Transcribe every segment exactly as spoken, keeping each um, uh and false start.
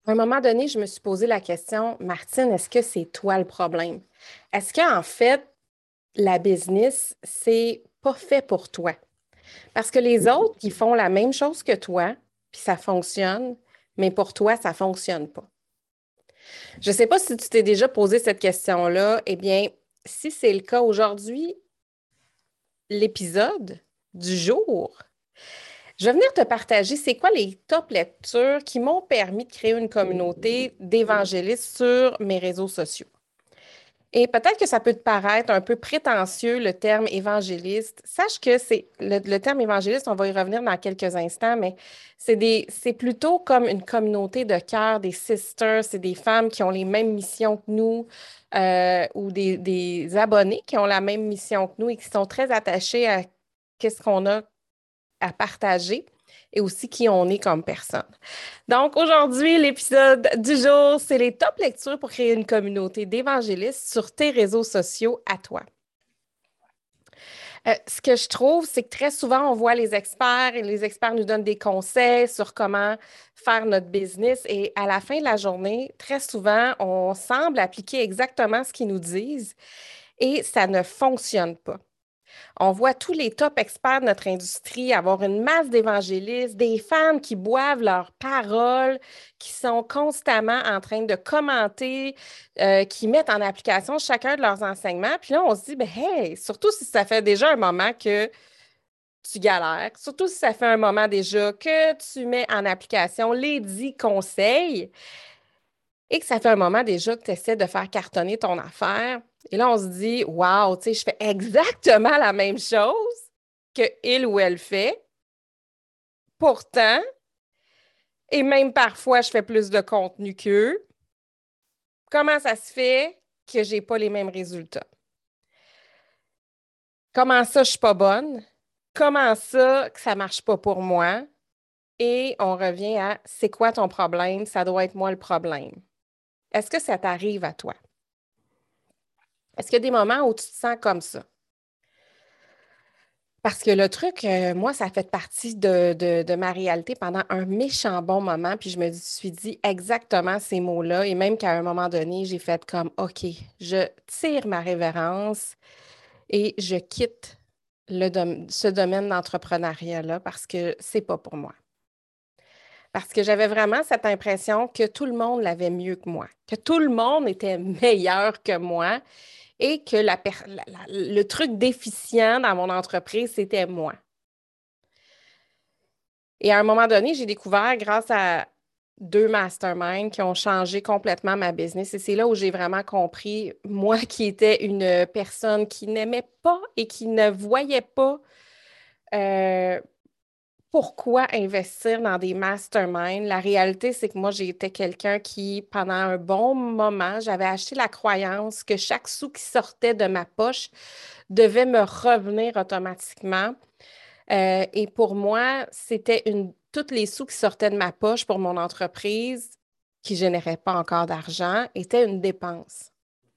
À un moment donné, je me suis posé la question, Martine, est-ce que c'est toi le problème? Est-ce qu'en fait, la business, c'est pas fait pour toi? Parce que les autres, ils font la même chose que toi, puis ça fonctionne, mais pour toi, ça fonctionne pas. Je sais pas si tu t'es déjà posé cette question-là. Eh bien, si c'est le cas aujourd'hui, l'épisode du jour, je vais venir te partager c'est quoi les top lectures qui m'ont permis de créer une communauté d'évangélistes sur mes réseaux sociaux. Et peut-être que ça peut te paraître un peu prétentieux, le terme évangéliste. Sache que c'est le, le terme évangéliste, on va y revenir dans quelques instants, mais c'est des, c'est plutôt comme une communauté de cœur, des sisters, c'est des femmes qui ont les mêmes missions que nous, euh, ou des, des abonnés qui ont la même mission que nous et qui sont très attachés à qu'est-ce qu'on a à partager et aussi qui on est comme personne. Donc, aujourd'hui, l'épisode du jour, c'est les top lectures pour créer une communauté d'évangélistes sur tes réseaux sociaux à toi. Euh, ce que je trouve, c'est que très souvent, on voit les experts et les experts nous donnent des conseils sur comment faire notre business et à la fin de la journée, très souvent, on semble appliquer exactement ce qu'ils nous disent et ça ne fonctionne pas. On voit tous les top experts de notre industrie avoir une masse d'évangélistes, des fans qui boivent leurs paroles, qui sont constamment en train de commenter, euh, qui mettent en application chacun de leurs enseignements. Puis là, on se dit, ben, hey, surtout si ça fait déjà un moment que tu galères, surtout si ça fait un moment déjà que tu mets en application les dix conseils et que ça fait un moment déjà que tu essaies de faire cartonner ton affaire. Et là, on se dit, wow, tu sais, je fais exactement la même chose que il ou elle fait. Pourtant, et même parfois, je fais plus de contenu qu'eux. Comment ça se fait que j'ai pas les mêmes résultats? Comment ça, je suis pas bonne? Comment ça, que ça marche pas pour moi? Et on revient à, c'est quoi ton problème? Ça doit être moi le problème. Est-ce que ça t'arrive à toi? Est-ce qu'il y a des moments où tu te sens comme ça? Parce que le truc, euh, moi, ça fait partie de, de- de ma réalité pendant un méchant bon moment. Puis je me suis dit exactement ces mots-là. Et même qu'à un moment donné, j'ai fait comme, OK, je tire ma révérence et je quitte le dom- ce domaine d'entrepreneuriat-là parce que c'est pas pour moi. Parce que j'avais vraiment cette impression que tout le monde l'avait mieux que moi, que tout le monde était meilleur que moi et que la per- la- la- le truc déficient dans mon entreprise, c'était moi. Et à un moment donné, j'ai découvert, grâce à deux masterminds qui ont changé complètement ma business, et c'est là où j'ai vraiment compris, moi qui étais une personne qui n'aimait pas et qui ne voyait pas euh, pourquoi investir dans des masterminds. La réalité, c'est que moi, j'étais quelqu'un qui, pendant un bon moment, j'avais acheté la croyance que chaque sou qui sortait de ma poche devait me revenir automatiquement. Euh, et pour moi, c'était une, toutes les sous qui sortaient de ma poche pour mon entreprise, qui ne générait pas encore d'argent, étaient une dépense.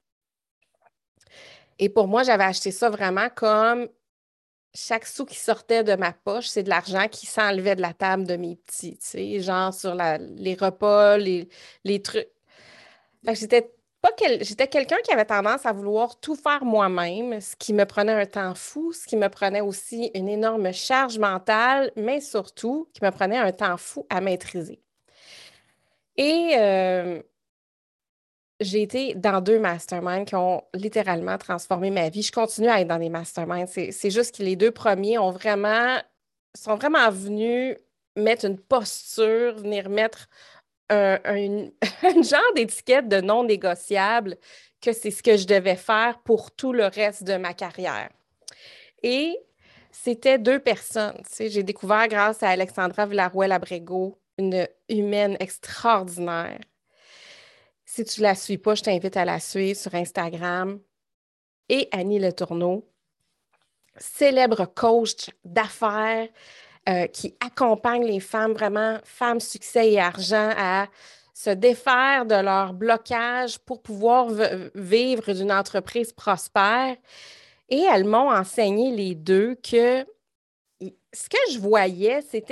Et pour moi, j'avais acheté ça vraiment comme chaque sou qui sortait de ma poche, c'est de l'argent qui s'enlevait de la table de mes petits, tu sais, genre sur la- les repas, les, les trucs. Fait que j'étais pas quel- j'étais quelqu'un qui avait tendance à vouloir tout faire moi-même, ce qui me prenait un temps fou, ce qui me prenait aussi une énorme charge mentale, mais surtout qui me prenait un temps fou à maîtriser. Et euh, j'ai été dans deux masterminds qui ont littéralement transformé ma vie. Je continue à être dans des masterminds. C'est, c'est juste que les deux premiers ont vraiment, sont vraiment venus mettre une posture, venir mettre un, un- une, une genre d'étiquette de non négociable que c'est ce que je devais faire pour tout le reste de ma carrière. Et c'était deux personnes. Tu sais, j'ai découvert grâce à Alexandra Villarouel-Abrego, une humaine extraordinaire. Si tu ne la suis pas, je t'invite à la suivre sur Instagram. Et Annie Letourneau, célèbre coach d'affaires euh, qui accompagne les femmes, vraiment femmes succès et argent, à se défaire de leur blocage pour pouvoir v- vivre d'une entreprise prospère. Et elles m'ont enseigné les deux que ce que je voyais, c'était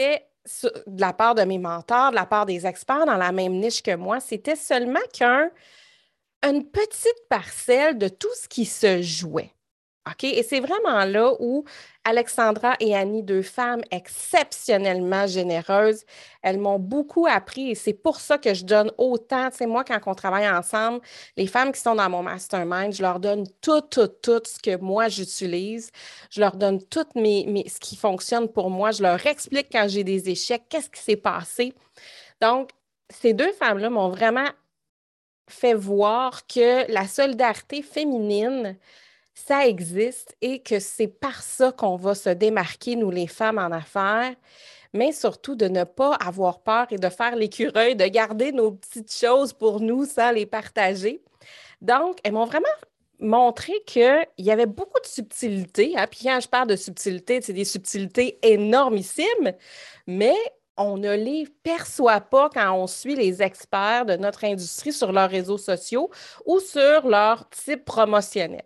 sur- de la part de mes mentors, de la part des experts dans la même niche que moi, c'était seulement qu'un une petite parcelle de tout ce qui se jouait. OK? Et c'est vraiment là où Alexandra et Annie, deux femmes exceptionnellement généreuses, elles m'ont beaucoup appris et c'est pour ça que je donne autant. Tu sais, moi, quand on travaille ensemble, les femmes qui sont dans mon mastermind, je leur donne tout, tout, tout ce que moi j'utilise. Je leur donne tout mes, mes- ce qui fonctionne pour moi. Je leur explique quand j'ai des échecs, qu'est-ce qui s'est passé. Donc, ces deux femmes-là m'ont vraiment fait voir que la solidarité féminine, ça existe et que c'est par ça qu'on va se démarquer, nous les femmes en affaires, mais surtout de ne pas avoir peur et de faire l'écureuil, de garder nos petites choses pour nous sans les partager. Donc, elles m'ont vraiment montré qu'il y avait beaucoup de subtilités, hein. Puis quand je parle de subtilités, c'est des subtilités énormissimes, mais on ne les perçoit pas quand on suit les experts de notre industrie sur leurs réseaux sociaux ou sur leur type promotionnel.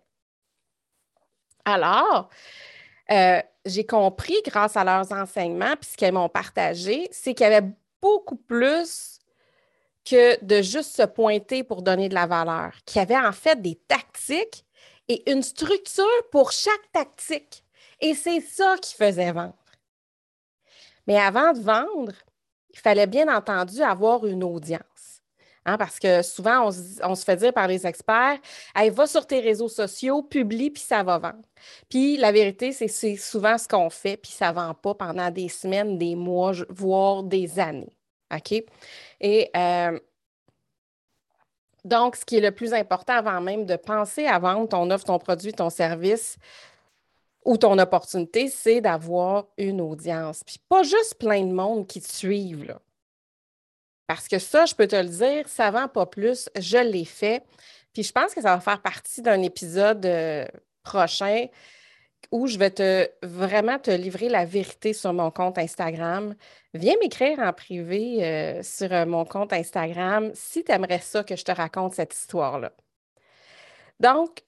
Alors, euh, j'ai compris grâce à leurs enseignements, puis ce qu'elles m'ont partagé, c'est qu'il y avait beaucoup plus que de juste se pointer pour donner de la valeur, qu'il y avait en fait des tactiques et une structure pour chaque tactique. Et c'est ça qui faisait vendre. Mais avant de vendre, il fallait bien entendu avoir une audience. Hein, parce que souvent, on se, on se fait dire par les experts, hey, va sur tes réseaux sociaux, publie, puis ça va vendre. Puis la vérité, c'est c'est souvent ce qu'on fait, puis ça ne vend pas pendant des semaines, des mois, voire des années. OK? Et euh, donc, ce qui est le plus important avant même de penser à vendre ton offre, ton produit, ton service ou ton opportunité, c'est d'avoir une audience. Puis pas juste plein de monde qui te suivent, là. Parce que ça, je peux te le dire, ça ne vend pas plus. Je l'ai fait. Puis je pense que ça va faire partie d'un épisode euh, prochain où je vais te vraiment te livrer la vérité sur mon compte Instagram. Viens m'écrire en privé euh, sur euh, mon compte Instagram si tu aimerais ça que je te raconte cette histoire-là. Donc,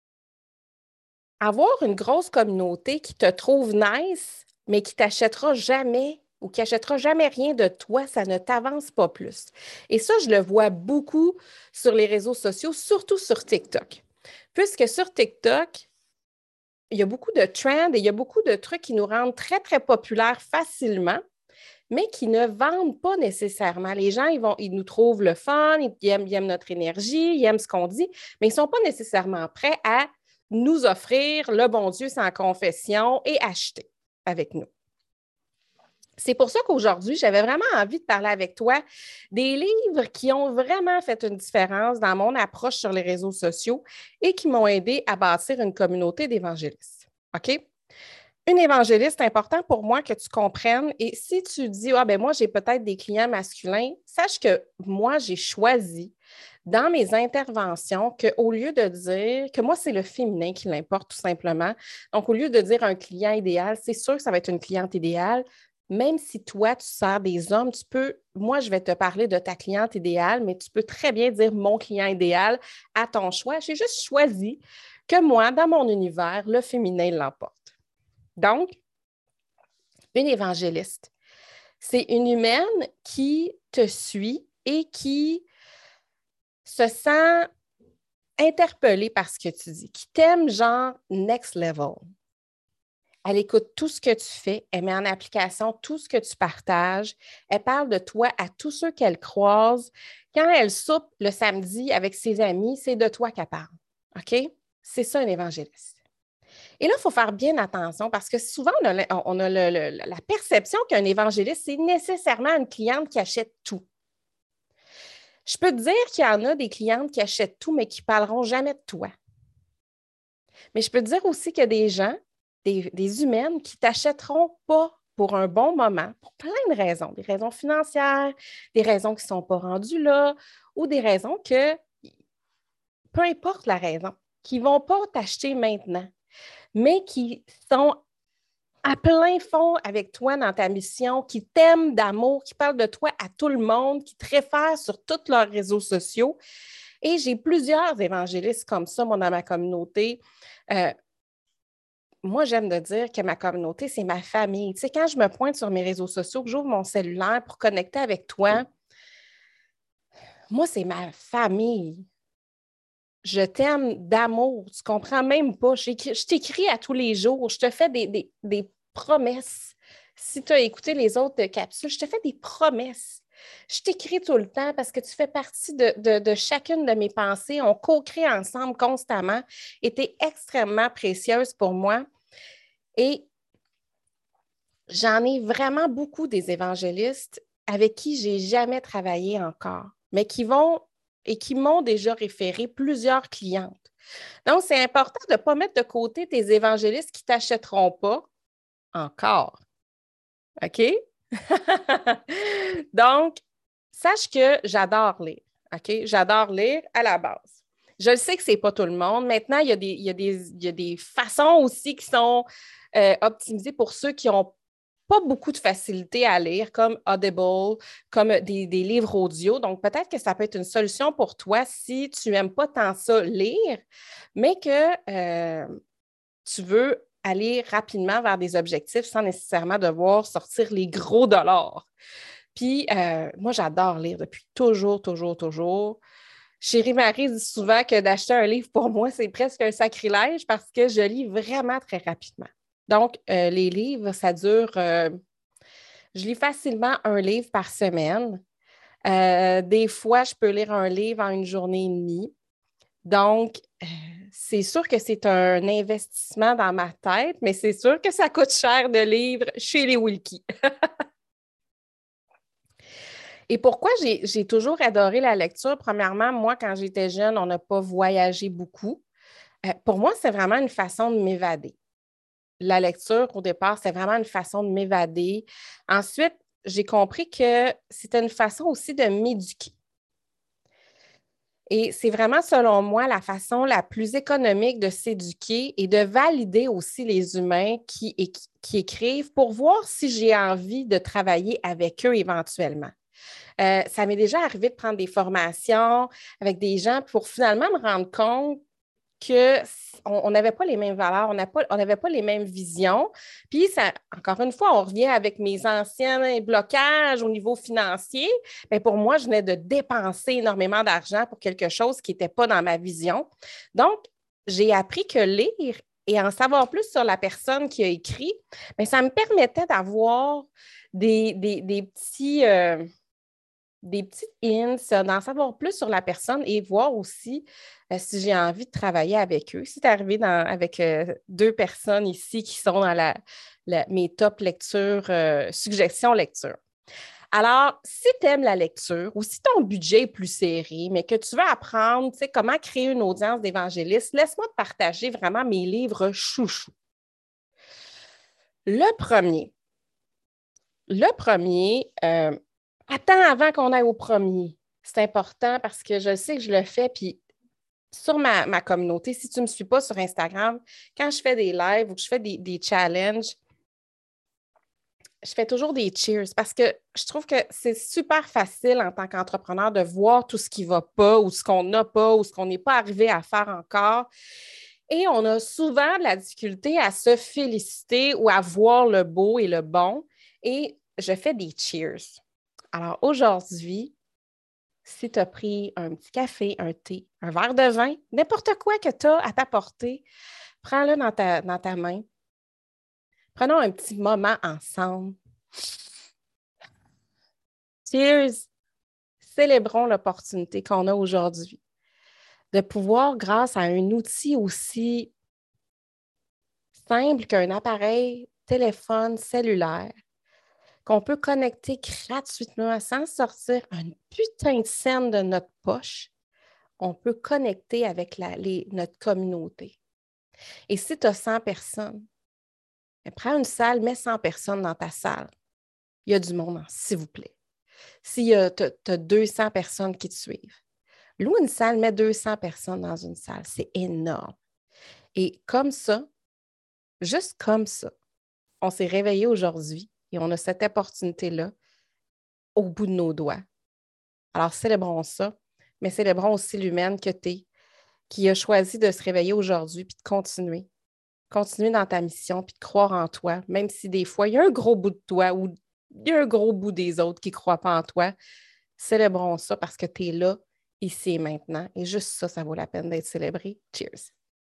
avoir une grosse communauté qui te trouve nice, mais qui t'achètera jamais ou qui achètera jamais rien de toi, ça ne t'avance pas plus. Et ça, je le vois beaucoup sur les réseaux sociaux, surtout sur TikTok. Puisque sur TikTok, il y a beaucoup de trends et il y a beaucoup de trucs qui nous rendent très, très populaires facilement, mais qui ne vendent pas nécessairement. Les gens, ils vont, ils nous trouvent le fun, ils aiment, ils aiment notre énergie, ils aiment ce qu'on dit, mais ils ne sont pas nécessairement prêts à nous offrir le bon Dieu sans confession et acheter avec nous. C'est pour ça qu'aujourd'hui, j'avais vraiment envie de parler avec toi des livres qui ont vraiment fait une différence dans mon approche sur les réseaux sociaux et qui m'ont aidé à bâtir une communauté d'évangélistes. OK? Une évangéliste, c'est important pour moi que tu comprennes. Et si tu dis, ah, ben moi, j'ai peut-être des clients masculins, sache que moi, j'ai choisi dans mes interventions qu'au lieu de dire que moi, c'est le féminin qui l'importe tout simplement. Donc, au lieu de dire un client idéal, c'est sûr que ça va être une cliente idéale. Même si toi, tu sers des hommes, tu peux, moi, je vais te parler de ta cliente idéale, mais tu peux très bien dire mon client idéal à ton choix. J'ai juste choisi que moi, dans mon univers, le féminin l'emporte. Donc, une évangéliste, c'est une humaine qui te suit et qui se sent interpellée par ce que tu dis, qui t'aime genre next level. Elle écoute tout ce que tu fais, elle met en application tout ce que tu partages, elle parle de toi à tous ceux qu'elle croise. Quand elle soupe le samedi avec ses amis, c'est de toi qu'elle parle. OK? C'est ça, un évangéliste. Et là, il faut faire bien attention parce que souvent, on a, on a le, le, la perception qu'un évangéliste, c'est nécessairement une cliente qui achète tout. Je peux te dire qu'il y en a des clientes qui achètent tout, mais qui ne parleront jamais de toi. Mais je peux te dire aussi qu'il y a des gens, des, des humaines, qui ne t'achèteront pas pour un bon moment, pour plein de raisons. Des raisons financières, des raisons qui ne sont pas rendues là, ou des raisons que, peu importe la raison, qui ne vont pas t'acheter maintenant, mais qui sont à plein fond avec toi dans ta mission, qui t'aiment d'amour, qui parlent de toi à tout le monde, qui te réfèrent sur tous leurs réseaux sociaux. Et j'ai plusieurs évangélistes comme ça, moi, dans ma communauté. Euh, moi, j'aime de dire que ma communauté, c'est ma famille. Tu sais, quand je me pointe sur mes réseaux sociaux, que j'ouvre mon cellulaire pour connecter avec toi, moi, c'est ma famille. Je t'aime d'amour. Tu comprends même pas. J'écris- Je t'écris à tous les jours. Je te fais des, des, des promesses. Si tu as écouté les autres capsules, je te fais des promesses. Je t'écris tout le temps parce que tu fais partie de, de, de chacune de mes pensées. On co-crée ensemble constamment et tu es extrêmement précieuse pour moi. Et j'en ai vraiment beaucoup des évangélistes avec qui j'ai jamais travaillé encore, mais qui vont et qui m'ont déjà référé plusieurs clientes. Donc, c'est important de ne pas mettre de côté tes évangélistes qui ne t'achèteront pas encore. OK? Donc, sache que j'adore lire. OK? J'adore lire à la base. Je le sais que ce n'est pas tout le monde. Maintenant, il y a des, il y a des, il y a des façons aussi qui sont euh, optimisées pour ceux qui n'ont pas beaucoup de facilité à lire, comme Audible, comme des, des livres audio. Donc, peut-être que ça peut être une solution pour toi si tu n'aimes pas tant ça lire, mais que euh, tu veux aller rapidement vers des objectifs sans nécessairement devoir sortir les gros dollars. Puis, euh, moi, j'adore lire depuis toujours, toujours, toujours. Chérie Marie dit souvent que d'acheter un livre, pour moi, c'est presque un sacrilège parce que je lis vraiment très rapidement. Donc, euh, les livres, ça dure, euh, je lis facilement un livre par semaine. Euh, des fois, je peux lire un livre en une journée et demie. Donc, euh, c'est sûr que c'est un investissement dans ma tête, mais c'est sûr que ça coûte cher de livres chez les Wilkie. Et pourquoi j'ai, j'ai toujours adoré la lecture? Premièrement, moi, quand j'étais jeune, on n'a pas voyagé beaucoup. Euh, pour moi, c'est vraiment une façon de m'évader. La lecture, au départ, c'est vraiment une façon de m'évader. Ensuite, j'ai compris que c'était une façon aussi de m'éduquer. Et c'est vraiment, selon moi, la façon la plus économique de s'éduquer et de valider aussi les humains qui, qui écrivent pour voir si j'ai envie de travailler avec eux éventuellement. Euh, ça m'est déjà arrivé de prendre des formations avec des gens pour finalement me rendre compte qu'on n'avait pas les mêmes valeurs, on n'avait pas, on n'avait pas les mêmes visions. Puis, ça, encore une fois, on revient avec mes anciens blocages au niveau financier. Bien, pour moi, je venais de dépenser énormément d'argent pour quelque chose qui n'était pas dans ma vision. Donc, j'ai appris que lire et en savoir plus sur la personne qui a écrit, bien, ça me permettait d'avoir des, des, des petits... Euh, des petites hints, d'en savoir plus sur la personne et voir aussi euh, si j'ai envie de travailler avec eux. C'est arrivé dans, avec euh, deux personnes ici qui sont dans la, la, mes top lectures, euh, suggestions lecture. Alors, si tu aimes la lecture ou si ton budget est plus serré, mais que tu veux apprendre comment créer une audience d'évangélistes, laisse-moi te partager vraiment mes livres chouchous. Le premier, le premier, euh, attends avant qu'on aille au premier. C'est important parce que je sais que je le fais, puis sur ma, ma communauté, si tu ne me suis pas sur Instagram, quand je fais des lives ou que je fais des, des challenges, je fais toujours des cheers parce que je trouve que c'est super facile en tant qu'entrepreneur de voir tout ce qui ne va pas ou ce qu'on n'a pas ou ce qu'on n'est pas arrivé à faire encore. Et on a souvent de la difficulté à se féliciter ou à voir le beau et le bon. Et je fais des cheers. Alors aujourd'hui, si tu as pris un petit café, un thé, un verre de vin, n'importe quoi que tu as à t'apporter, prends-le dans ta, dans ta main. Prenons un petit moment ensemble. Cheers! Célébrons l'opportunité qu'on a aujourd'hui de pouvoir, grâce à un outil aussi simple qu'un appareil téléphone cellulaire, qu'on peut connecter gratuitement sans sortir un putain de scène de notre poche, on peut connecter avec la, les, notre communauté. Et si tu as cent personnes, prends une salle, mets cent personnes dans ta salle. Il y a du monde, s'il vous plaît. Si tu as deux cents personnes qui te suivent, loue une salle, mets deux cents personnes dans une salle. C'est énorme. Et comme ça, juste comme ça, on s'est réveillé aujourd'hui et on a cette opportunité-là au bout de nos doigts. Alors, célébrons ça, mais célébrons aussi l'humaine que tu es, qui a choisi de se réveiller aujourd'hui puis de continuer continuer dans ta mission puis de croire en toi, même si des fois, il y a un gros bout de toi ou il y a un gros bout des autres qui ne croient pas en toi. Célébrons ça parce que tu es là, ici et maintenant. Et juste ça, ça vaut la peine d'être célébré. Cheers!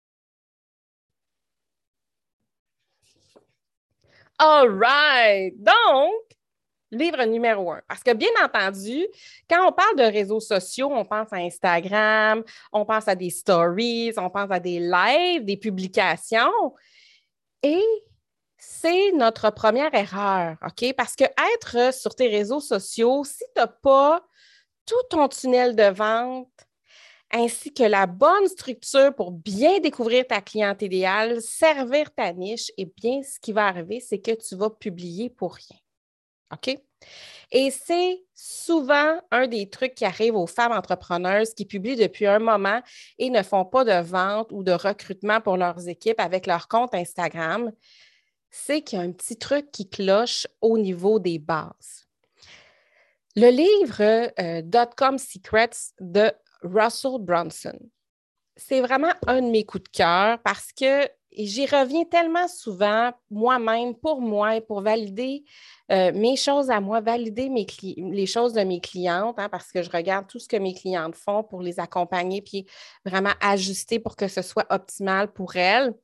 All right! Donc, livre numéro un. Parce que bien entendu, quand on parle de réseaux sociaux, on pense à Instagram, on pense à des stories, on pense à des lives, des publications. Et c'est notre première erreur, OK? Parce que être sur tes réseaux sociaux, si tu n'as pas tout ton tunnel de vente, ainsi que la bonne structure pour bien découvrir ta cliente idéale, servir ta niche, eh bien, ce qui va arriver, c'est que tu vas publier pour rien. OK? Et c'est souvent un des trucs qui arrive aux femmes entrepreneuses qui publient depuis un moment et ne font pas de vente ou de recrutement pour leurs équipes avec leur compte Instagram. C'est qu'il y a un petit truc qui cloche au niveau des bases. Le livre euh, Dot-com Secrets de Russell Brunson, c'est vraiment un de mes coups de cœur parce que j'y reviens tellement souvent moi-même, pour moi, et pour valider euh, mes choses à moi, valider mes cli- les choses de mes clientes, hein, parce que je regarde tout ce que mes clientes font pour les accompagner puis vraiment ajuster pour que ce soit optimal pour elles.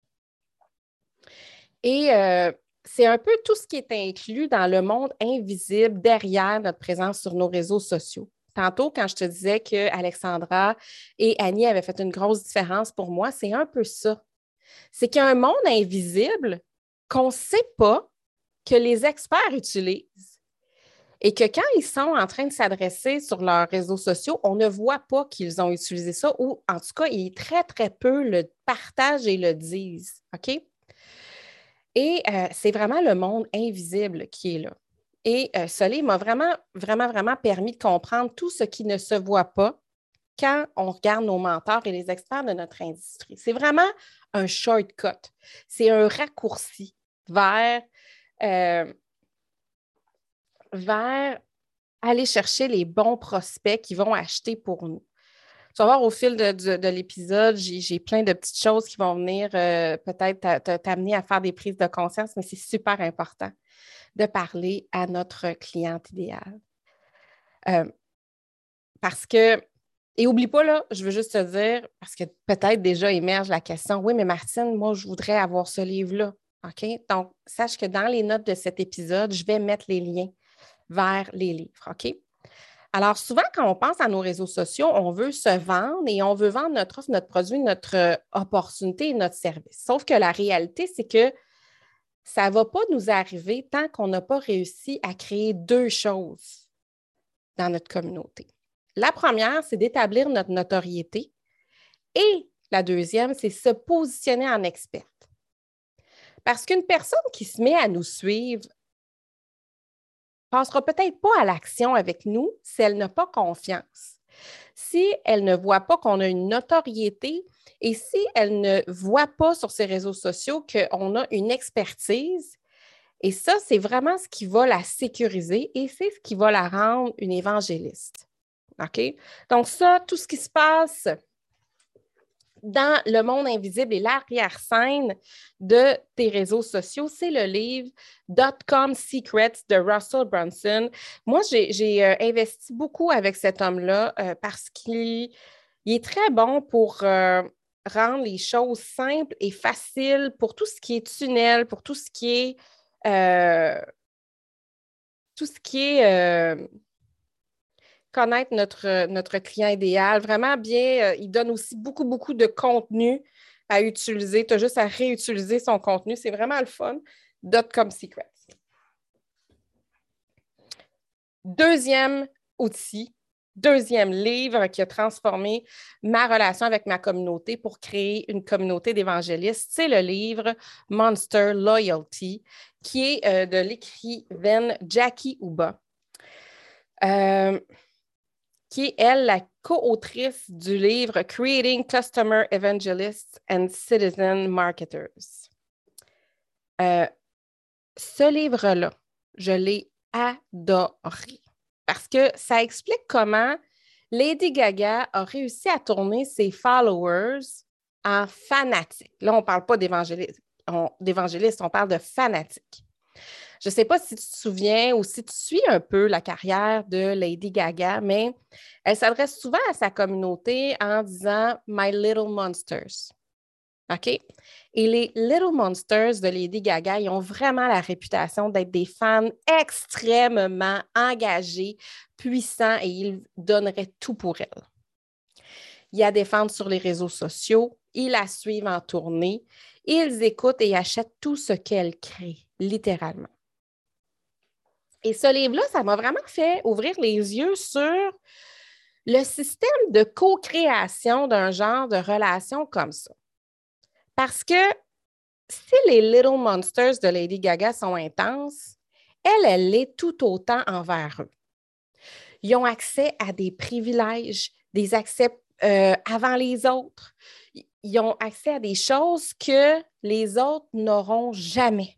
Et euh, c'est un peu tout ce qui est inclus dans le monde invisible derrière notre présence sur nos réseaux sociaux. Tantôt, quand je te disais que Alexandra et Annie avaient fait une grosse différence pour moi, c'est un peu ça. C'est qu'il y a un monde invisible qu'on ne sait pas que les experts utilisent et que quand ils sont en train de s'adresser sur leurs réseaux sociaux, on ne voit pas qu'ils ont utilisé ça ou en tout cas, ils très, très peu le partagent et le disent. OK? Et euh, c'est vraiment le monde invisible qui est là. Et euh, ce livre m'a vraiment, vraiment, vraiment permis de comprendre tout ce qui ne se voit pas quand on regarde nos mentors et les experts de notre industrie. C'est vraiment un shortcut. C'est un raccourci vers, euh, vers aller chercher les bons prospects qui vont acheter pour nous. Tu vas voir, au fil de, de, de l'épisode, j'ai, j'ai plein de petites choses qui vont venir euh, peut-être t'amener à faire des prises de conscience, mais c'est super important de parler à notre cliente idéale. Euh, parce que, et oublie pas, là, je veux juste te dire, parce que peut-être déjà émerge la question, oui, mais Martine, moi, je voudrais avoir ce livre-là. OK? Donc, sache que dans les notes de cet épisode, je vais mettre les liens vers les livres. OK? Alors, souvent, quand on pense à nos réseaux sociaux, on veut se vendre et on veut vendre notre offre, notre produit, notre euh, opportunité et notre service. Sauf que la réalité, c'est que ça ne va pas nous arriver tant qu'on n'a pas réussi à créer deux choses dans notre communauté. La première, c'est d'établir notre notoriété et la deuxième, c'est se positionner en experte. Parce qu'une personne qui se met à nous suivre passera peut-être pas à l'action avec nous si elle n'a pas confiance. Si elle ne voit pas qu'on a une notoriété et si elle ne voit pas sur ses réseaux sociaux qu'on a une expertise, et ça, c'est vraiment ce qui va la sécuriser et c'est ce qui va la rendre une évangéliste. OK? Donc ça, tout ce qui se passe dans le monde invisible et l'arrière-scène de tes réseaux sociaux, c'est le livre Dot-com Secrets de Russell Brunson. Moi, j'ai, j'ai euh, investi beaucoup avec cet homme-là euh, parce qu'il il est très bon pour euh, rendre les choses simples et faciles pour tout ce qui est tunnel, pour tout ce qui est euh, tout ce qui est euh, connaître notre, notre client idéal. Vraiment bien, euh, il donne aussi beaucoup, beaucoup de contenu à utiliser. Tu as juste à réutiliser son contenu. C'est vraiment le fun. Dot-com Secrets. Deuxième outil, deuxième livre qui a transformé ma relation avec ma communauté pour créer une communauté d'évangélistes, c'est le livre Monster Loyalty, qui est euh, de l'écrivaine Jackie Uba. Euh, qui est, elle, la co-autrice du livre Creating Customer Evangelists and Citizen Marketers. Euh, ce livre-là, je l'ai adoré parce que ça explique comment Lady Gaga a réussi à tourner ses followers en fanatiques. Là, on ne parle pas d'évangélistes, on, d'évangélistes, on parle de fanatiques. Je ne sais pas si tu te souviens ou si tu suis un peu la carrière de Lady Gaga, mais elle s'adresse souvent à sa communauté en disant « My Little Monsters ». OK? Et les Little Monsters de Lady Gaga, ils ont vraiment la réputation d'être des fans extrêmement engagés, puissants et ils donneraient tout pour elle. Ils la défendent sur les réseaux sociaux, ils la suivent en tournée, ils écoutent et achètent tout ce qu'elle crée, littéralement. Et ce livre-là, ça m'a vraiment fait ouvrir les yeux sur le système de co-création d'un genre de relation comme ça. Parce que si les Little Monsters de Lady Gaga sont intenses, elle, elle l'est tout autant envers eux. Ils ont accès à des privilèges, des accès euh, avant les autres. Ils ont accès à des choses que les autres n'auront jamais.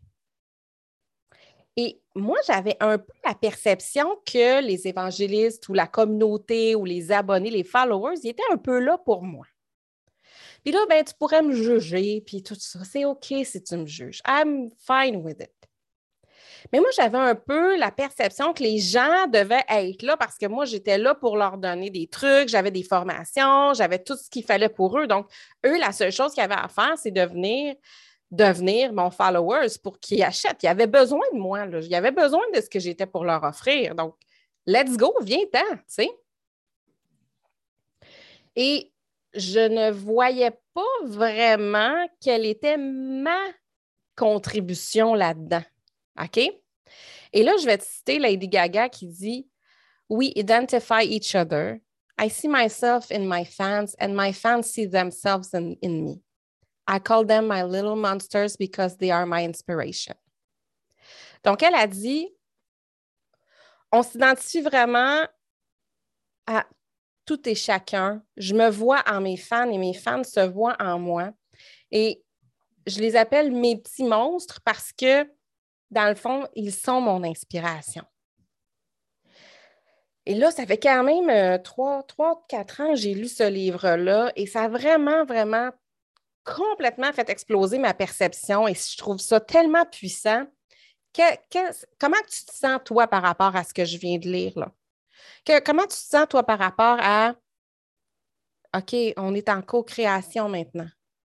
Et moi, j'avais un peu la perception que les évangélistes ou la communauté ou les abonnés, les followers, ils étaient un peu là pour moi. Puis là, ben, tu pourrais me juger, puis tout ça. C'est OK si tu me juges. I'm fine with it. Mais moi, j'avais un peu la perception que les gens devaient être là parce que moi, j'étais là pour leur donner des trucs, j'avais des formations, j'avais tout ce qu'il fallait pour eux. Donc, eux, la seule chose qu'ils avaient à faire, c'est de venir, devenir mon followers pour qu'ils achètent. Ils avaient besoin de moi, là. Ils avaient besoin de ce que j'étais pour leur offrir. Donc, let's go, viens-t'en, tu sais. Et je ne voyais pas vraiment quelle était ma contribution là-dedans. OK? Et là, je vais te citer Lady Gaga qui dit « We identify each other. I see myself in my fans and my fans see themselves in, in me. I call them my little monsters because they are my inspiration. » Donc, elle a dit « On s'identifie vraiment à tout et chacun. Je me vois en mes fans et mes fans se voient en moi. Et je les appelle mes petits monstres parce que, dans le fond, ils sont mon inspiration. » Et là, ça fait quand même euh, trois, trois, quatre ans que j'ai lu ce livre-là et ça a vraiment, vraiment complètement fait exploser ma perception et je trouve ça tellement puissant. Que, que, comment tu te sens, toi, par rapport à ce que je viens de lire, là? Que, comment tu te sens, toi, par rapport à OK, on est en co-création maintenant?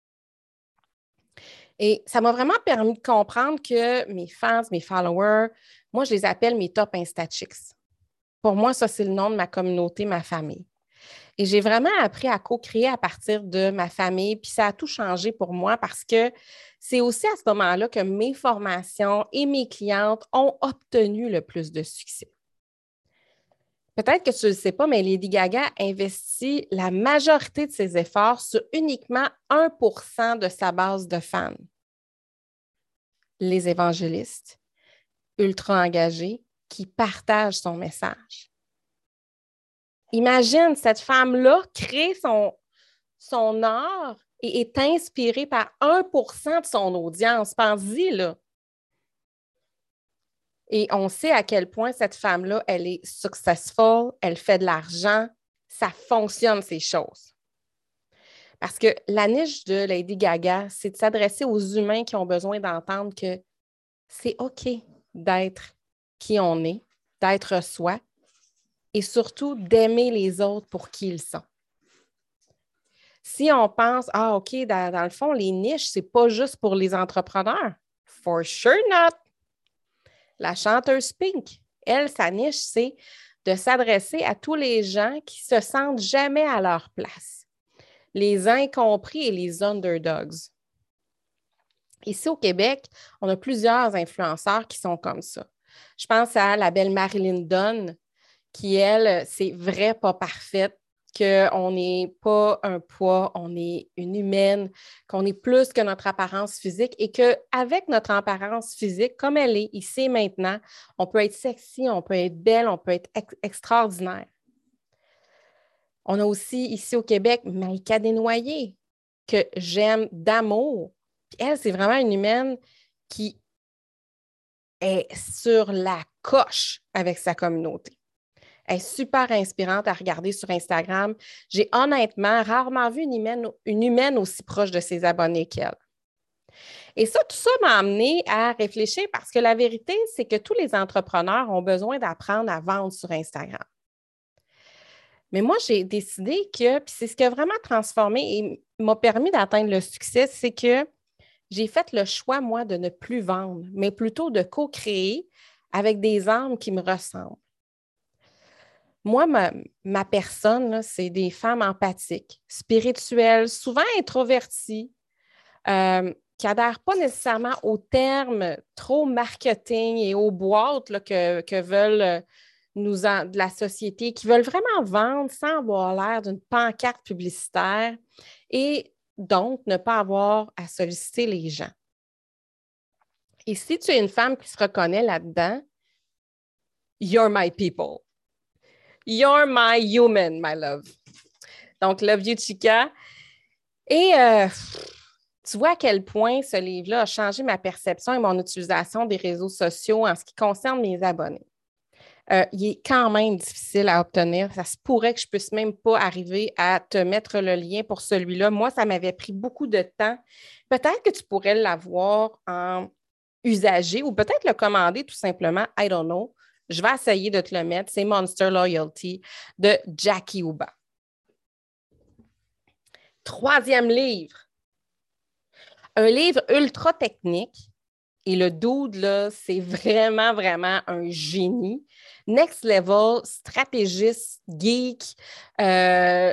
Et ça m'a vraiment permis de comprendre que mes fans, mes followers, moi, je les appelle mes top Instachicks. Pour moi, ça, c'est le nom de ma communauté, ma famille. Et j'ai vraiment appris à co-créer à partir de ma famille, puis ça a tout changé pour moi parce que c'est aussi à ce moment-là que mes formations et mes clientes ont obtenu le plus de succès. Peut-être que tu ne le sais pas, mais Lady Gaga investit la majorité de ses efforts sur uniquement un pour cent de sa base de fans. Les évangélistes, ultra engagés, qui partagent son message. Imagine, cette femme-là crée son, son art et est inspirée par un pour cent de son audience. Pense-y, là. Et on sait à quel point cette femme-là, elle est successful, elle fait de l'argent, ça fonctionne, ces choses. Parce que la niche de Lady Gaga, c'est de s'adresser aux humains qui ont besoin d'entendre que c'est OK d'être qui on est, d'être soi, et surtout d'aimer les autres pour qui ils sont. Si on pense, ah, OK, dans, dans le fond, les niches, c'est pas juste pour les entrepreneurs. For sure not. La chanteuse Pink, elle, sa niche, c'est de s'adresser à tous les gens qui se sentent jamais à leur place. Les incompris et les underdogs. Ici au Québec, on a plusieurs influenceurs qui sont comme ça. Je pense à la belle Marilyn Dunn, qui, elle, c'est vrai, pas parfaite, qu'on n'est pas un poids, on est une humaine, qu'on est plus que notre apparence physique et qu'avec notre apparence physique, comme elle est ici et maintenant, on peut être sexy, on peut être belle, on peut être ex- extraordinaire. On a aussi ici au Québec Maïka Desnoyers, que j'aime d'amour. Puis elle, c'est vraiment une humaine qui est sur la coche avec sa communauté. Elle est super inspirante à regarder sur Instagram. J'ai honnêtement rarement vu une humaine, une humaine aussi proche de ses abonnés qu'elle. Et ça, tout ça m'a amené à réfléchir parce que la vérité, c'est que tous les entrepreneurs ont besoin d'apprendre à vendre sur Instagram. Mais moi, j'ai décidé que, puis c'est ce qui a vraiment transformé et m'a permis d'atteindre le succès, c'est que j'ai fait le choix, moi, de ne plus vendre, mais plutôt de co-créer avec des âmes qui me ressemblent. Moi, ma, ma personne, là, c'est des femmes empathiques, spirituelles, souvent introverties, euh, qui n'adhèrent pas nécessairement aux termes trop marketing et aux boîtes là, que, que veulent nous en, de la société, qui veulent vraiment vendre sans avoir l'air d'une pancarte publicitaire et donc ne pas avoir à solliciter les gens. Et si tu es une femme qui se reconnaît là-dedans, you're my people. You're my human, my love. Donc, Love You Chica. Et euh, tu vois à quel point ce livre-là a changé ma perception et mon utilisation des réseaux sociaux en ce qui concerne mes abonnés. Euh, il est quand même difficile à obtenir. Ça se pourrait que je ne puisse même pas arriver à te mettre le lien pour celui-là. Moi, ça m'avait pris beaucoup de temps. Peut-être que tu pourrais l'avoir en usagé ou peut-être le commander tout simplement. I don't know. Je vais essayer de te le mettre. C'est Monster Loyalty de Jackie Huba. Troisième livre. Un livre ultra technique. Et le dude, là, c'est vraiment, vraiment un génie. Next level, stratégiste, geek. Euh,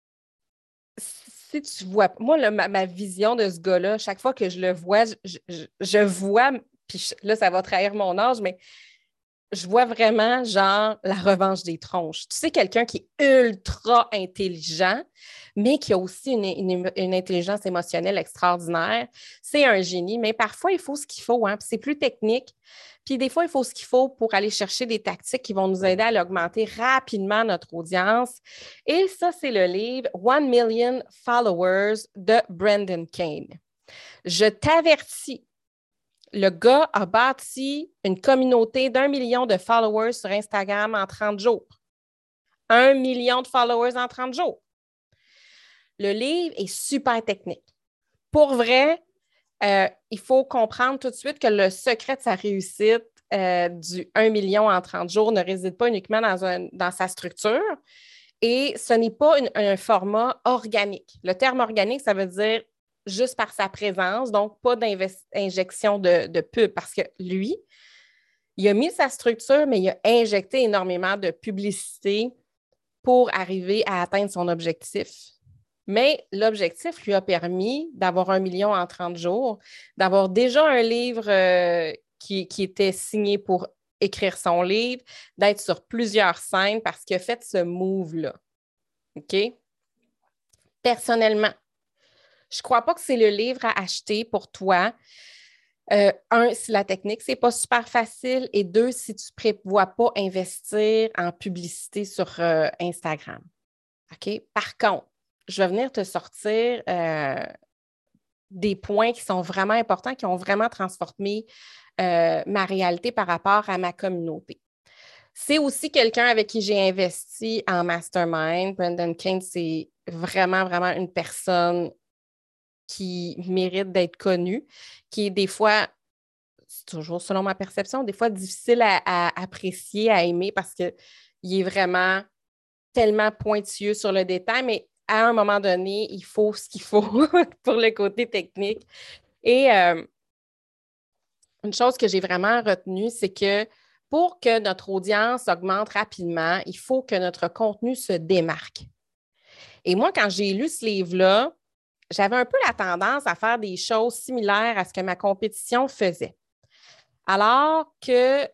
si tu vois, moi, là, ma, ma vision de ce gars-là, chaque fois que je le vois, je, je, je vois, puis là, ça va trahir mon âge, mais je vois vraiment, genre, la revanche des tronches. Tu sais, quelqu'un qui est ultra intelligent, mais qui a aussi une, une, une intelligence émotionnelle extraordinaire. C'est un génie, mais parfois, il faut ce qu'il faut, hein, puis c'est plus technique. Puis des fois, il faut ce qu'il faut pour aller chercher des tactiques qui vont nous aider à augmenter rapidement notre audience. Et ça, c'est le livre One Million Followers de Brendan Kane. Je t'avertis, le gars a bâti une communauté d'un million de followers sur Instagram en trente jours. Un million de followers en trente jours. Le livre est super technique. Pour vrai, euh, il faut comprendre tout de suite que le secret de sa réussite euh, du un million en trente jours ne réside pas uniquement dans, un, dans sa structure et ce n'est pas une, un format organique. Le terme organique, ça veut dire juste par sa présence, donc pas d'injection de, de pub parce que lui, il a mis sa structure, mais il a injecté énormément de publicité pour arriver à atteindre son objectif. Mais l'objectif lui a permis d'avoir un million en trente jours, d'avoir déjà un livre euh, qui, qui était signé pour écrire son livre, d'être sur plusieurs scènes parce qu'il a fait ce move-là. OK? Personnellement, je ne crois pas que c'est le livre à acheter pour toi. Euh, un, si la technique, ce n'est pas super facile. Et deux, si tu ne prévois pas investir en publicité sur euh, Instagram. OK? Par contre, je vais venir te sortir euh, des points qui sont vraiment importants, qui ont vraiment transformé euh, ma réalité par rapport à ma communauté. C'est aussi quelqu'un avec qui j'ai investi en mastermind. Brendan Kane, c'est vraiment, vraiment une personne qui mérite d'être connue, qui est des fois, c'est toujours selon ma perception, des fois difficile à, à apprécier, à aimer parce qu'il est vraiment tellement pointilleux sur le détail, mais à un moment donné, il faut ce qu'il faut pour le côté technique. Et euh, une chose que j'ai vraiment retenue, c'est que pour que notre audience augmente rapidement, il faut que notre contenu se démarque. Et moi, quand j'ai lu ce livre-là, j'avais un peu la tendance à faire des choses similaires à ce que ma compétition faisait. Alors que, tu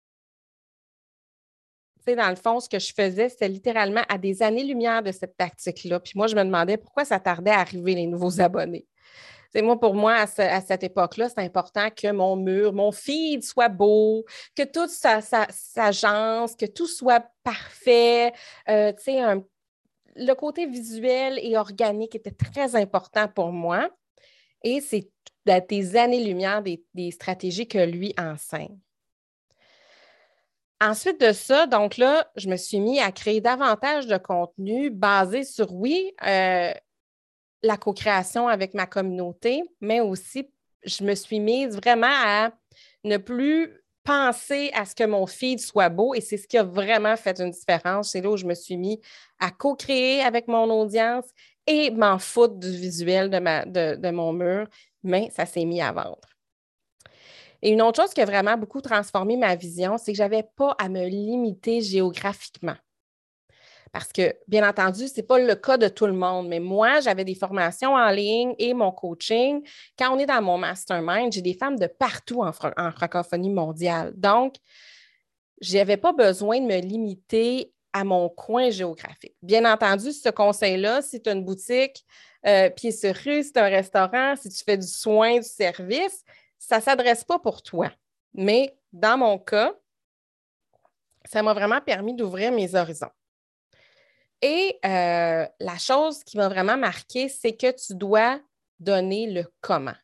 sais, dans le fond, ce que je faisais, c'était littéralement à des années-lumière de cette tactique-là. Puis moi, je me demandais pourquoi ça tardait à arriver les nouveaux abonnés. C'est moi, pour moi, à, ce, à cette époque-là, c'est important que mon mur, mon feed soit beau, que tout s'agence, que tout soit parfait. Euh, tu sais, un le côté visuel et organique était très important pour moi et c'est à des années-lumière des, des stratégies que lui enseigne. Ensuite de ça, donc là, je me suis mis à créer davantage de contenu basé sur, oui, euh, la co-création avec ma communauté, mais aussi, je me suis mise vraiment à ne plus penser à ce que mon feed soit beau et c'est ce qui a vraiment fait une différence. C'est là où je me suis mis à co-créer avec mon audience et m'en foutre du visuel de, ma, de, de mon mur, mais ça s'est mis à vendre. Et une autre chose qui a vraiment beaucoup transformé ma vision, c'est que je n'avais pas à me limiter géographiquement. Parce que, bien entendu, ce n'est pas le cas de tout le monde, mais moi, j'avais des formations en ligne et mon coaching. Quand on est dans mon mastermind, j'ai des femmes de partout en, fr- en francophonie mondiale. Donc, je n'avais pas besoin de me limiter à mon coin géographique. Bien entendu, ce conseil-là, si tu as une boutique, euh, pied sur rue, si tu as un restaurant, si tu fais du soin, du service, ça ne s'adresse pas pour toi. Mais dans mon cas, ça m'a vraiment permis d'ouvrir mes horizons. Et euh, la chose qui m'a vraiment marquée, c'est que tu dois donner le comment.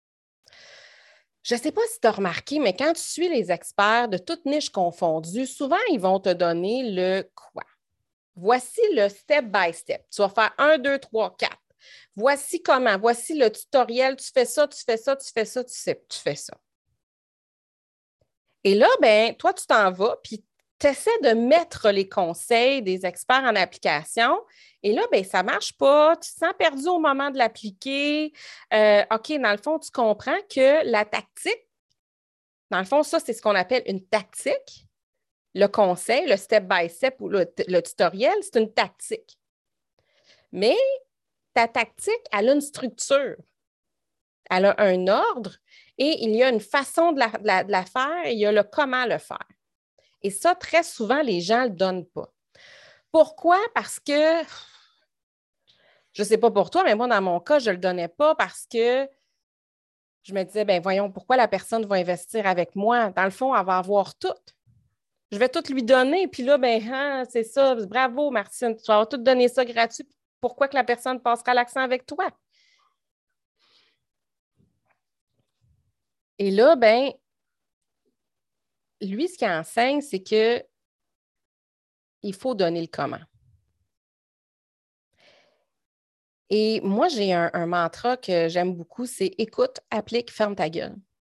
Je ne sais pas si tu as remarqué, mais quand tu suis les experts de toutes niches confondues, souvent, ils vont te donner le quoi. Voici le step by step. Tu vas faire un, deux, trois, quatre. Voici comment. Voici le tutoriel. Tu fais ça, tu fais ça, tu fais ça, tu, sais, tu fais ça. Et là, ben, toi, tu t'en vas, puis tu essaies de mettre les conseils des experts en application. Et là, ben, ça ne marche pas. Tu te sens perdu au moment de l'appliquer. Euh, OK, dans le fond, tu comprends que la tactique, dans le fond, ça, c'est ce qu'on appelle une tactique. Le conseil, le step-by-step ou le, le tutoriel, c'est une tactique. Mais ta tactique, elle a une structure. Elle a un ordre et il y a une façon de la, de la, de la faire et il y a le comment le faire. Et ça, très souvent, les gens ne le donnent pas. Pourquoi? Parce que, je ne sais pas pour toi, mais moi, dans mon cas, je ne le donnais pas parce que je me disais, ben voyons, pourquoi la personne va investir avec moi? Dans le fond, elle va avoir tout. Je vais tout lui donner, puis là, ben, hein, c'est ça, bravo, Martine, tu vas avoir tout donné ça gratuit. Pourquoi que la personne passera l'accent avec toi? Et là, ben, lui, ce qu'il enseigne, c'est que il faut donner le comment. Et moi, j'ai un, un mantra que j'aime beaucoup, c'est écoute, applique, ferme ta gueule.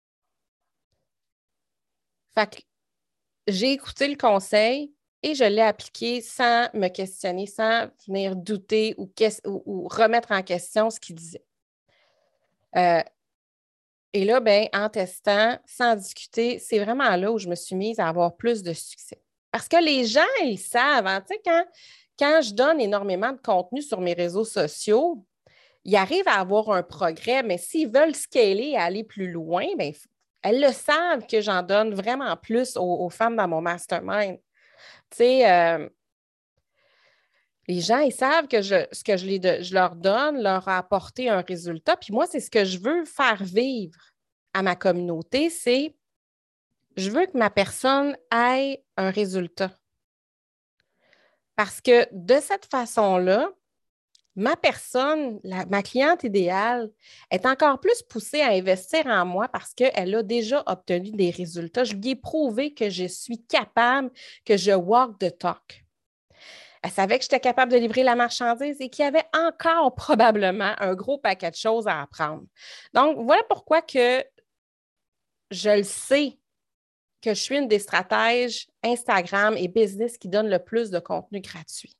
Fait que j'ai écouté le conseil et je l'ai appliqué sans me questionner, sans venir douter ou, ou, ou remettre en question ce qu'il disait. Euh, et là, ben, en testant, sans discuter, c'est vraiment là où je me suis mise à avoir plus de succès. Parce que les gens, ils savent, hein, tu sais, quand, quand je donne énormément de contenu sur mes réseaux sociaux, ils arrivent à avoir un progrès, mais s'ils veulent scaler et aller plus loin, bien, elles le savent que j'en donne vraiment plus aux, aux femmes dans mon mastermind. Tu sais, euh, les gens, ils savent que je, ce que je, les, je leur donne leur a apporté un résultat. Puis moi, c'est ce que je veux faire vivre à ma communauté, c'est je veux que ma personne ait un résultat. Parce que de cette façon-là, ma personne, la, ma cliente idéale, est encore plus poussée à investir en moi parce qu'elle a déjà obtenu des résultats. Je lui ai prouvé que je suis capable, que je walk the talk. Elle savait que j'étais capable de livrer la marchandise et qu'il y avait encore probablement un gros paquet de choses à apprendre. Donc, voilà pourquoi que je le sais que je suis une des stratèges Instagram et business qui donne le plus de contenu gratuit.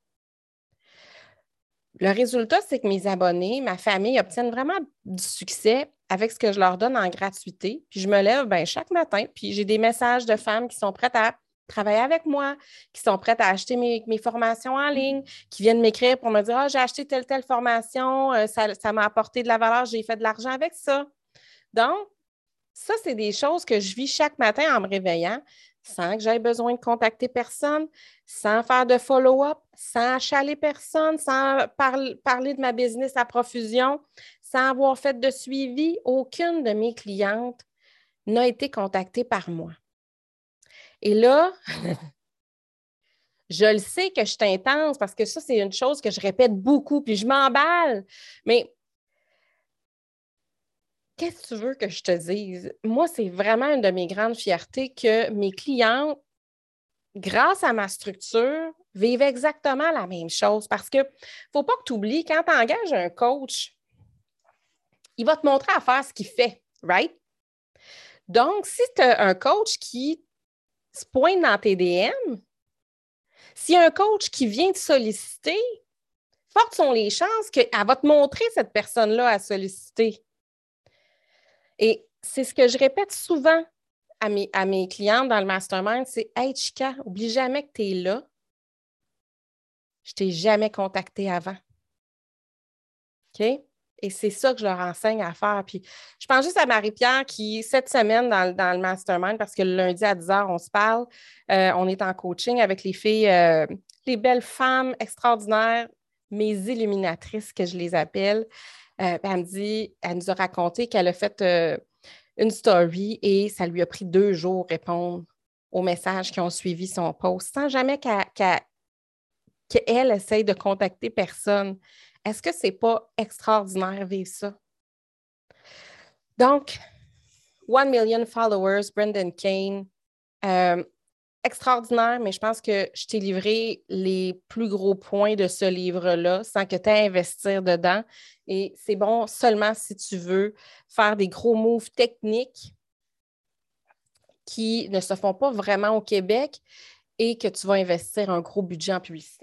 Le résultat, c'est que mes abonnés, ma famille obtiennent vraiment du succès avec ce que je leur donne en gratuité. Puis je me lève ben, chaque matin, puis j'ai des messages de femmes qui sont prêtes à travailler avec moi, qui sont prêtes à acheter mes, mes formations en ligne, qui viennent m'écrire pour me dire ah, j'ai acheté telle, telle formation, euh, ça, ça m'a apporté de la valeur, j'ai fait de l'argent avec ça. Donc, ça, c'est des choses que je vis chaque matin en me réveillant sans que j'aie besoin de contacter personne, sans faire de follow-up, sans achaler personne, sans par parler de ma business à profusion, sans avoir fait de suivi. Aucune de mes clientes n'a été contactée par moi. Et là, je le sais que je suis intense parce que ça, c'est une chose que je répète beaucoup, puis je m'emballe. Mais qu'est-ce que tu veux que je te dise? Moi, c'est vraiment une de mes grandes fiertés que mes clientes grâce à ma structure, vivent exactement la même chose. Parce que ne faut pas que tu oublies, quand tu engages un coach, il va te montrer à faire ce qu'il fait, right? Donc, si tu as un coach qui se pointe dans tes D M, s'il y a un coach qui vient te solliciter, fortes sont les chances qu'elle va te montrer cette personne-là à solliciter. Et c'est ce que je répète souvent à mes, à mes clientes dans le mastermind, c'est « Hey, Chika, oublie jamais que tu es là. Je ne t'ai jamais contacté avant. » OK? Et c'est ça que je leur enseigne à faire. Puis je pense juste à Marie-Pierre qui, cette semaine, dans, dans le mastermind, parce que le lundi à dix heures, on se parle, euh, on est en coaching avec les filles, euh, les belles femmes extraordinaires, mes illuminatrices, que je les appelle. Euh, elle me dit, elle nous a raconté qu'elle a fait euh, une story et ça lui a pris deux jours répondre aux messages qui ont suivi son post, sans jamais qu'elle, qu'elle, qu'elle essaye de contacter personne. Est-ce que c'est pas extraordinaire vivre ça? Donc, One Million Followers, Brendan Kane, euh, extraordinaire, mais je pense que je t'ai livré les plus gros points de ce livre-là sans que tu aies à investir dedans. Et c'est bon seulement si tu veux faire des gros moves techniques qui ne se font pas vraiment au Québec et que tu vas investir un gros budget en publicité.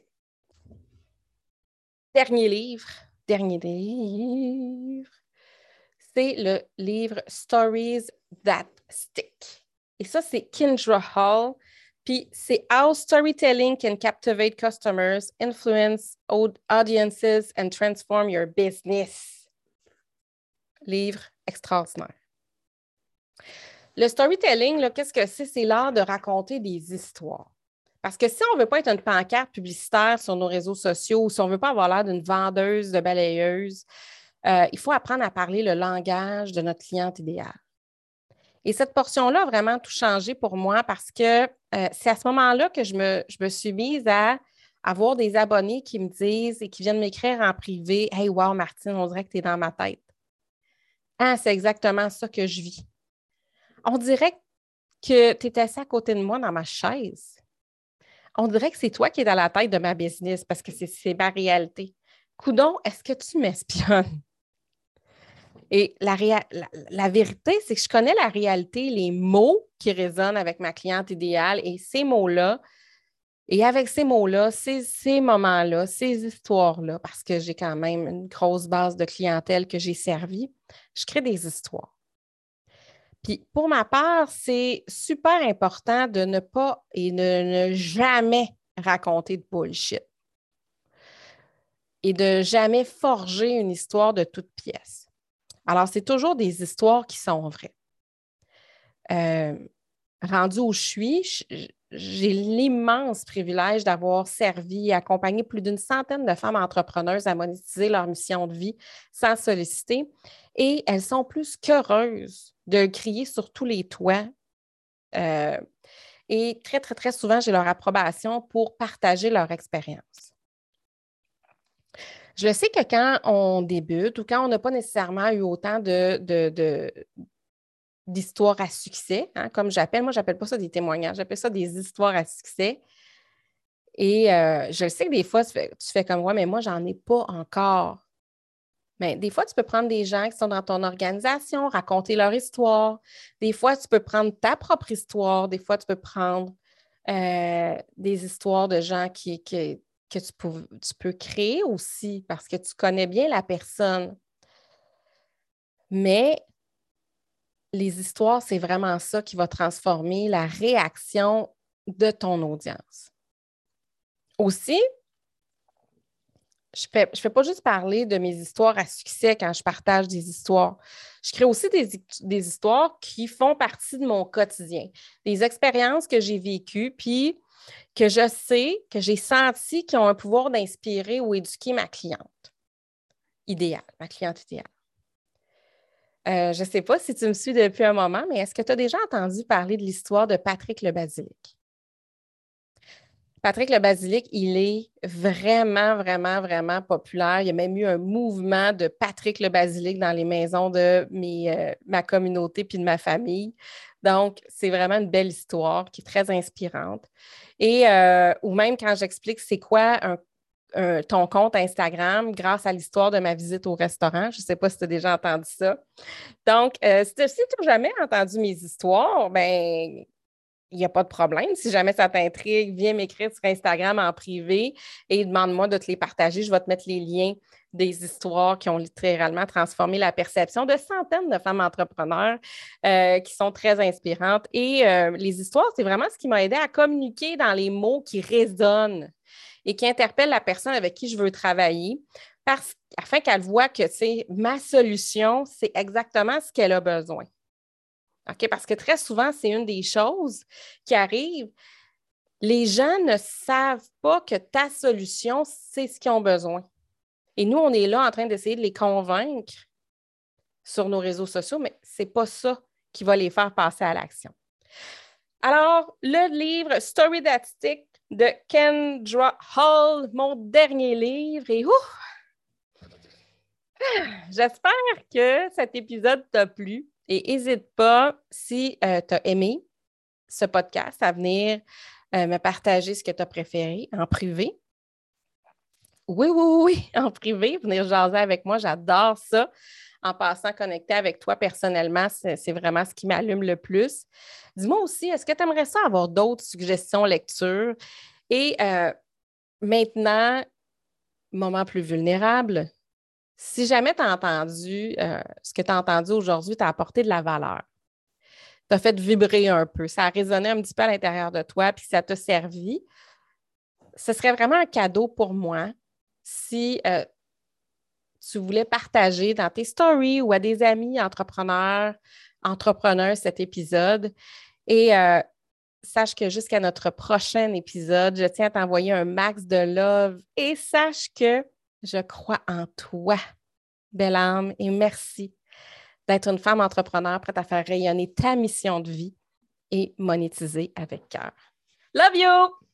Dernier livre, dernier livre, c'est le livre Stories That Stick. Et ça, c'est Kindra Hall. Puis c'est How Storytelling Can Captivate Customers, Influence Audiences and Transform Your Business. Livre extraordinaire. Le storytelling, là, qu'est-ce que c'est? C'est l'art de raconter des histoires. Parce que si on ne veut pas être une pancarte publicitaire sur nos réseaux sociaux ou si on ne veut pas avoir l'air d'une vendeuse de balayeuse, euh, il faut apprendre à parler le langage de notre cliente idéale. Et cette portion-là a vraiment tout changé pour moi parce que euh, c'est à ce moment-là que je me, je me suis mise à avoir des abonnés qui me disent et qui viennent m'écrire en privé « Hey, wow, Martine, on dirait que tu es dans ma tête. » Ah, c'est exactement ça que je vis. On dirait que tu es assis à côté de moi dans ma chaise. On dirait que c'est toi qui es dans la tête de ma business parce que c'est, c'est ma réalité. Coudon, est-ce que tu m'espionnes? Et la, réa- la, la vérité, c'est que je connais la réalité, les mots qui résonnent avec ma cliente idéale et ces mots-là, et avec ces mots-là, ces, ces moments-là, ces histoires-là, parce que j'ai quand même une grosse base de clientèle que j'ai servie, je crée des histoires. Puis pour ma part, c'est super important de ne pas et de ne jamais raconter de bullshit et de jamais forger une histoire de toute pièce. Alors, c'est toujours des histoires qui sont vraies. Euh, rendu où je suis, j'ai l'immense privilège d'avoir servi et accompagné plus d'une centaine de femmes entrepreneuses à monétiser leur mission de vie sans solliciter. Et elles sont plus qu'heureuses de crier sur tous les toits. Euh, et très, très, très souvent, j'ai leur approbation pour partager leur expérience. Je sais que quand on débute ou quand on n'a pas nécessairement eu autant de, de, de, d'histoires à succès, hein, comme j'appelle, moi, je n'appelle pas ça des témoignages, j'appelle ça des histoires à succès. Et euh, je sais que des fois, tu fais, tu fais comme moi, mais moi, j'en ai pas encore. Mais des fois, tu peux prendre des gens qui sont dans ton organisation, raconter leur histoire. Des fois, tu peux prendre ta propre histoire. Des fois, tu peux prendre euh, des histoires de gens qui, qui, que tu peux, tu peux créer aussi parce que tu connais bien la personne. Mais les histoires, c'est vraiment ça qui va transformer la réaction de ton audience. Aussi, je ne fais, je fais pas juste parler de mes histoires à succès quand je partage des histoires. Je crée aussi des, des histoires qui font partie de mon quotidien, des expériences que j'ai vécues, puis que je sais, que j'ai senti qui ont un pouvoir d'inspirer ou éduquer ma cliente idéale, ma cliente idéale. Euh, je ne sais pas si tu me suis depuis un moment, mais est-ce que tu as déjà entendu parler de l'histoire de Patrick le Basilic? Patrick le Basilic, il est vraiment, vraiment, vraiment populaire. Il y a même eu un mouvement de Patrick le Basilic dans les maisons de mes, euh, ma communauté puis de ma famille. Donc, c'est vraiment une belle histoire qui est très inspirante. Et, euh, ou même quand j'explique c'est quoi un, un, ton compte Instagram grâce à l'histoire de ma visite au restaurant. Je ne sais pas si tu as déjà entendu ça. Donc, euh, si tu n'as jamais entendu mes histoires, ben il n'y a pas de problème. Si jamais ça t'intrigue, viens m'écrire sur Instagram en privé et demande-moi de te les partager. Je vais te mettre les liens des histoires qui ont littéralement transformé la perception de centaines de femmes entrepreneurs euh, qui sont très inspirantes. Et euh, les histoires, c'est vraiment ce qui m'a aidé à communiquer dans les mots qui résonnent et qui interpellent la personne avec qui je veux travailler parce, afin qu'elle voit que ma solution, c'est exactement ce qu'elle a besoin. OK? Parce que très souvent, c'est une des choses qui arrivent. Les gens ne savent pas que ta solution, c'est ce qu'ils ont besoin. Et nous, on est là en train d'essayer de les convaincre sur nos réseaux sociaux, mais ce n'est pas ça qui va les faire passer à l'action. Alors, le livre Story That Stick de Kendra Hall, mon dernier livre, et ouf! J'espère que cet épisode t'a plu. Et n'hésite pas, si euh, tu as aimé ce podcast, à venir euh, me partager ce que tu as préféré en privé. Oui, oui, oui, en privé, venir jaser avec moi, j'adore ça. En passant connecter avec toi personnellement, c'est, c'est vraiment ce qui m'allume le plus. Dis-moi aussi, est-ce que tu aimerais ça avoir d'autres suggestions lecture? Et euh, maintenant, moment plus vulnérable, si jamais tu as entendu, euh, ce que tu as entendu aujourd'hui t'a apporté de la valeur, t'a fait vibrer un peu, ça a résonné un petit peu à l'intérieur de toi, puis ça t'a servi, ce serait vraiment un cadeau pour moi si euh, tu voulais partager dans tes stories ou à des amis entrepreneurs, entrepreneurs cet épisode. Et euh, sache que jusqu'à notre prochain épisode, je tiens à t'envoyer un max de love et sache que je crois en toi, belle âme, et merci d'être une femme entrepreneur prête à faire rayonner ta mission de vie et monétiser avec cœur. Love you!